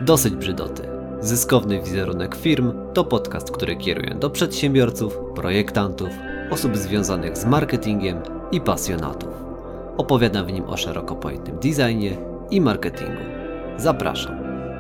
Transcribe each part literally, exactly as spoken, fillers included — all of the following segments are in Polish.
Dosyć brzydoty. Zyskowny wizerunek firm to podcast, który kieruję do przedsiębiorców, projektantów, osób związanych z marketingiem i pasjonatów. Opowiadam w nim o szeroko pojętym designie i marketingu. Zapraszam.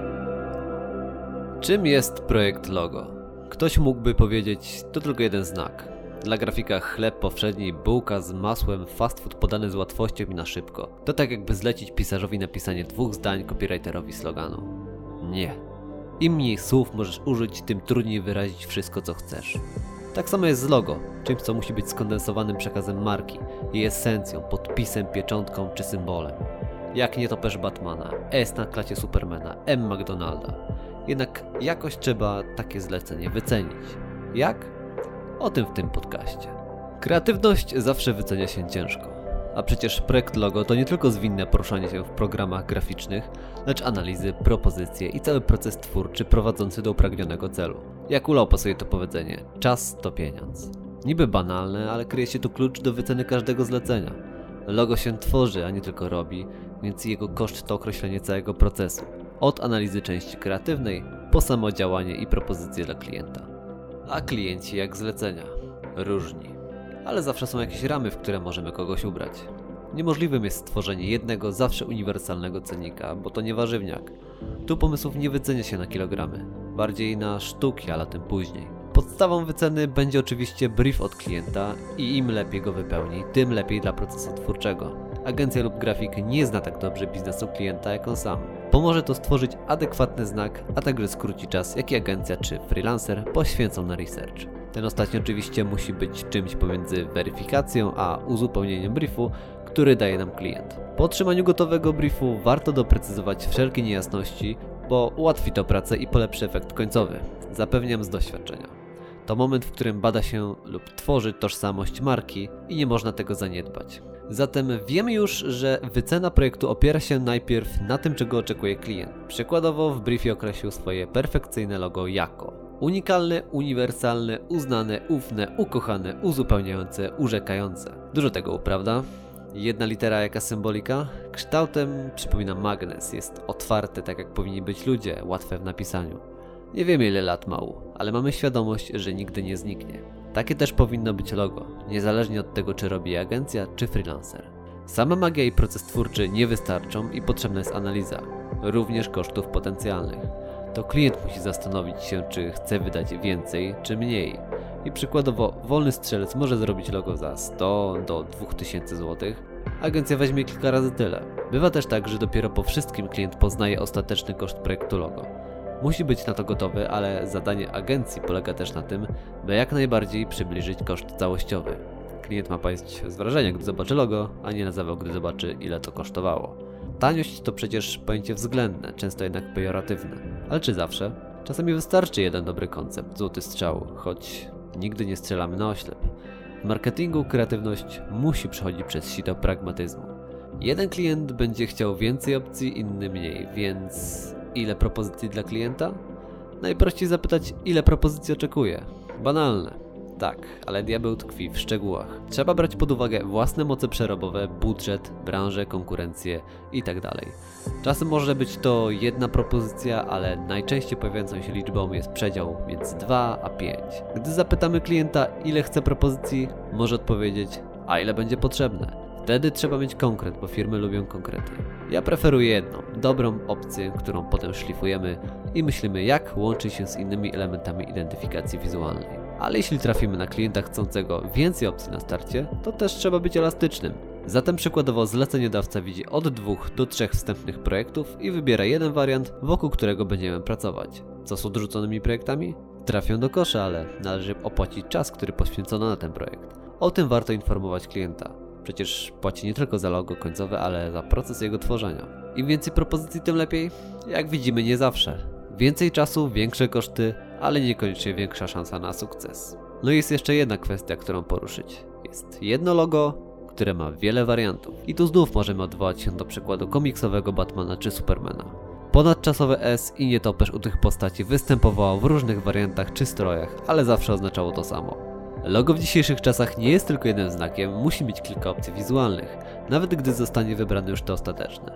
Czym jest projekt logo? Ktoś mógłby powiedzieć, to tylko jeden znak. Dla grafika chleb powszedni, bułka z masłem, fast food podany z łatwością i na szybko. To tak jakby zlecić pisarzowi napisanie dwóch zdań, copywriterowi sloganu. Nie. Im mniej słów możesz użyć, tym trudniej wyrazić wszystko, co chcesz. Tak samo jest z logo, czymś co musi być skondensowanym przekazem marki, jej esencją, podpisem, pieczątką czy symbolem. Jak nie topesz Batmana, S na klacie Supermana, M McDonalda. Jednak jakoś trzeba takie zlecenie wycenić. Jak? O tym w tym podcaście. Kreatywność zawsze wycenia się ciężko. A przecież projekt logo to nie tylko zwinne poruszanie się w programach graficznych, lecz analizy, propozycje i cały proces twórczy prowadzący do upragnionego celu. Jak ulał pasuje to powiedzenie, czas to pieniądz. Niby banalne, ale kryje się tu klucz do wyceny każdego zlecenia. Logo się tworzy, a nie tylko robi, więc jego koszt to określenie całego procesu. Od analizy części kreatywnej, po samo działanie i propozycje dla klienta. A klienci jak zlecenia? Różni. Ale zawsze są jakieś ramy, w które możemy kogoś ubrać. Niemożliwym jest stworzenie jednego, zawsze uniwersalnego cennika, bo to nie warzywniak. Tu pomysłów nie wycenia się na kilogramy, bardziej na sztuki, ale tym później. Podstawą wyceny będzie oczywiście brief od klienta i im lepiej go wypełni, tym lepiej dla procesu twórczego. Agencja lub grafik nie zna tak dobrze biznesu klienta jak on sam. Pomoże to stworzyć adekwatny znak, a także skróci czas, jaki agencja czy freelancer poświęcą na research. Ten ostatni oczywiście musi być czymś pomiędzy weryfikacją a uzupełnieniem briefu, który daje nam klient. Po otrzymaniu gotowego briefu warto doprecyzować wszelkie niejasności, bo ułatwi to pracę i polepszy efekt końcowy. Zapewniam z doświadczenia. To moment, w którym bada się lub tworzy tożsamość marki i nie można tego zaniedbać. Zatem wiemy już, że wycena projektu opiera się najpierw na tym, czego oczekuje klient. Przykładowo w briefie określił swoje perfekcyjne logo jako unikalne, uniwersalne, uznane, ufne, ukochane, uzupełniające, urzekające. Dużo tego, prawda? Jedna litera jaka symbolika? Kształtem przypomina magnes, jest otwarte tak jak powinni być ludzie, łatwe w napisaniu. Nie wiemy ile lat ma U, ale mamy świadomość, że nigdy nie zniknie. Takie też powinno być logo, niezależnie od tego czy robi agencja czy freelancer. Sama magia i proces twórczy nie wystarczą i potrzebna jest analiza, również kosztów potencjalnych. To klient musi zastanowić się, czy chce wydać więcej, czy mniej. I przykładowo wolny strzelec może zrobić logo za sto do dwóch tysięcy złotych, agencja weźmie kilka razy tyle. Bywa też tak, że dopiero po wszystkim klient poznaje ostateczny koszt projektu logo. Musi być na to gotowy, ale zadanie agencji polega też na tym, by jak najbardziej przybliżyć koszt całościowy. Klient ma paść z wrażenia, gdy zobaczy logo, a nie na zawał, gdy zobaczy, ile to kosztowało. Taniość to przecież pojęcie względne, często jednak pejoratywne. Ale czy zawsze? Czasami wystarczy jeden dobry koncept, złoty strzał, choć nigdy nie strzelamy na oślep. W marketingu kreatywność musi przechodzić przez sito pragmatyzmu. Jeden klient będzie chciał więcej opcji, inny mniej, więc ile propozycji dla klienta? Najprościej zapytać, ile propozycji oczekuje. Banalne. Tak, ale diabeł tkwi w szczegółach. Trzeba brać pod uwagę własne moce przerobowe, budżet, branżę, konkurencję itd. Czasem może być to jedna propozycja, ale najczęściej pojawiającą się liczbą jest przedział między dwa a pięć. Gdy zapytamy klienta, ile chce propozycji, może odpowiedzieć, a ile będzie potrzebne. Wtedy trzeba mieć konkret, bo firmy lubią konkrety. Ja preferuję jedną, dobrą opcję, którą potem szlifujemy i myślimy, jak łączy się z innymi elementami identyfikacji wizualnej. Ale jeśli trafimy na klienta chcącego więcej opcji na starcie, to też trzeba być elastycznym. Zatem przykładowo zleceniodawca widzi od dwóch do trzech wstępnych projektów i wybiera jeden wariant, wokół którego będziemy pracować. Co z odrzuconymi projektami? Trafią do kosza, ale należy opłacić czas, który poświęcono na ten projekt. O tym warto informować klienta. Przecież płaci nie tylko za logo końcowe, ale za proces jego tworzenia. Im więcej propozycji, tym lepiej? Jak widzimy, nie zawsze. Więcej czasu, większe koszty, ale niekoniecznie większa szansa na sukces. No i jest jeszcze jedna kwestia, którą poruszyć. Jest jedno logo, które ma wiele wariantów. I tu znów możemy odwołać się do przykładu komiksowego Batmana czy Supermana. Ponadczasowe S i nietoperz u tych postaci występowało w różnych wariantach czy strojach, ale zawsze oznaczało to samo. Logo w dzisiejszych czasach nie jest tylko jednym znakiem, musi mieć kilka opcji wizualnych, nawet gdy zostanie wybrane już to ostateczne.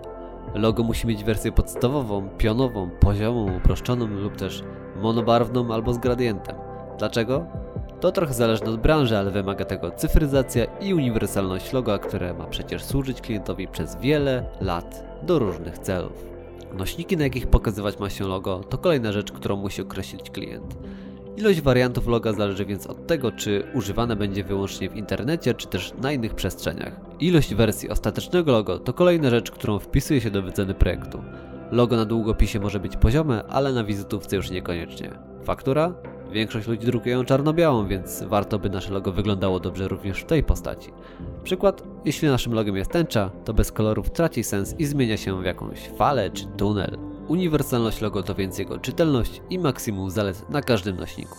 Logo musi mieć wersję podstawową, pionową, poziomą, uproszczoną lub też monobarwną albo z gradientem. Dlaczego? To trochę zależne od branży, ale wymaga tego cyfryzacja i uniwersalność loga, które ma przecież służyć klientowi przez wiele lat do różnych celów. Nośniki, na jakich pokazywać ma się logo, to kolejna rzecz, którą musi określić klient. Ilość wariantów loga zależy więc od tego, czy używane będzie wyłącznie w internecie, czy też na innych przestrzeniach. Ilość wersji ostatecznego logo to kolejna rzecz, którą wpisuje się do wyceny projektu. Logo na długopisie może być poziome, ale na wizytówce już niekoniecznie. Faktura? Większość ludzi drukuje ją czarno-białą, więc warto by nasze logo wyglądało dobrze również w tej postaci. Przykład, jeśli naszym logiem jest tęcza, to bez kolorów traci sens i zmienia się w jakąś falę czy tunel. Uniwersalność logo to więc jego czytelność i maksimum zalet na każdym nośniku.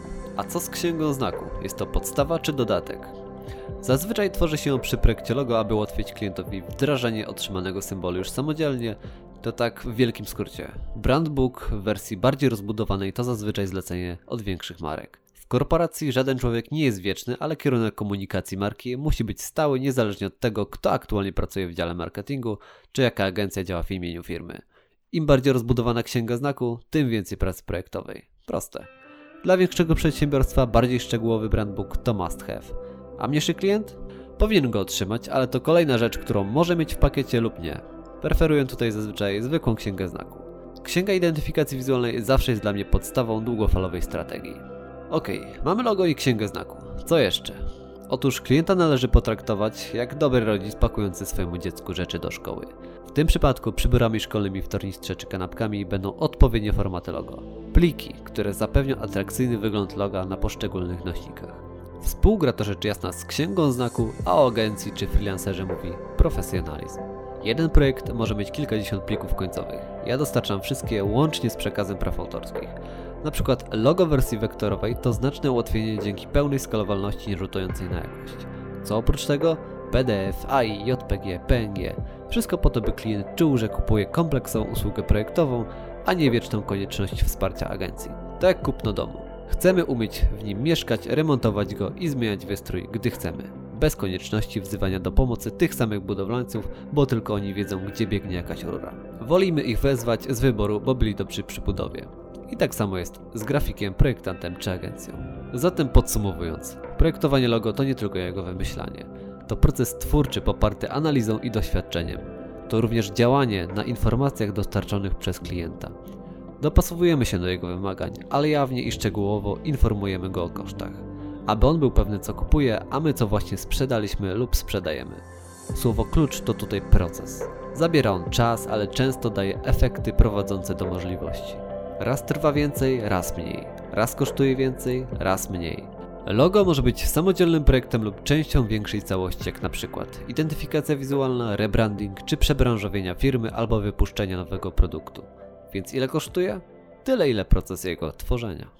A co z księgą znaku? Jest to podstawa czy dodatek? Zazwyczaj tworzy się ją przy projekcie logo, aby ułatwić klientowi wdrażanie otrzymanego symbolu już samodzielnie. To tak w wielkim skrócie. Brandbook w wersji bardziej rozbudowanej to zazwyczaj zlecenie od większych marek. W korporacji żaden człowiek nie jest wieczny, ale kierunek komunikacji marki musi być stały niezależnie od tego, kto aktualnie pracuje w dziale marketingu, czy jaka agencja działa w imieniu firmy. Im bardziej rozbudowana księga znaku, tym więcej pracy projektowej. Proste. Dla większego przedsiębiorstwa bardziej szczegółowy brandbook to must have. A mniejszy klient? Powinien go otrzymać, ale to kolejna rzecz, którą może mieć w pakiecie lub nie. Preferuję tutaj zazwyczaj zwykłą księgę znaku. Księga identyfikacji wizualnej zawsze jest dla mnie podstawą długofalowej strategii. Ok, mamy logo i księgę znaku. Co jeszcze? Otóż klienta należy potraktować jak dobry rodzic pakujący swojemu dziecku rzeczy do szkoły. W tym przypadku przyborami szkolnymi w tornistrze czy kanapkami będą odpowiednie formaty logo. Pliki, które zapewnią atrakcyjny wygląd loga na poszczególnych nośnikach. Współgra to rzecz jasna z księgą znaku, a o agencji czy freelancerze mówi profesjonalizm. Jeden projekt może mieć kilkadziesiąt plików końcowych. Ja dostarczam wszystkie łącznie z przekazem praw autorskich. Na przykład logo w wersji wektorowej to znaczne ułatwienie dzięki pełnej skalowalności nierzutującej na jakość. Co oprócz tego? P D F, A I, J P G, P N G. Wszystko po to, by klient czuł, że kupuje kompleksową usługę projektową, a nie wieczną konieczność wsparcia agencji. To jak kupno domu. Chcemy umieć w nim mieszkać, remontować go i zmieniać wystrój, gdy chcemy. Bez konieczności wzywania do pomocy tych samych budowlańców, bo tylko oni wiedzą, gdzie biegnie jakaś rura. Wolimy ich wezwać z wyboru, bo byli dobrzy przy budowie. I tak samo jest z grafikiem, projektantem czy agencją. Zatem podsumowując, projektowanie logo to nie tylko jego wymyślanie. To proces twórczy poparty analizą i doświadczeniem. To również działanie na informacjach dostarczonych przez klienta. Dopasowujemy się do jego wymagań, ale jawnie i szczegółowo informujemy go o kosztach. Aby on był pewny, co kupuje, a my co właśnie sprzedaliśmy lub sprzedajemy. Słowo klucz to tutaj proces. Zabiera on czas, ale często daje efekty prowadzące do możliwości. Raz trwa więcej, raz mniej. Raz kosztuje więcej, raz mniej. Logo może być samodzielnym projektem lub częścią większej całości, jak na przykład identyfikacja wizualna, rebranding czy przebranżowienia firmy albo wypuszczenia nowego produktu. Więc ile kosztuje? Tyle, ile proces jego tworzenia.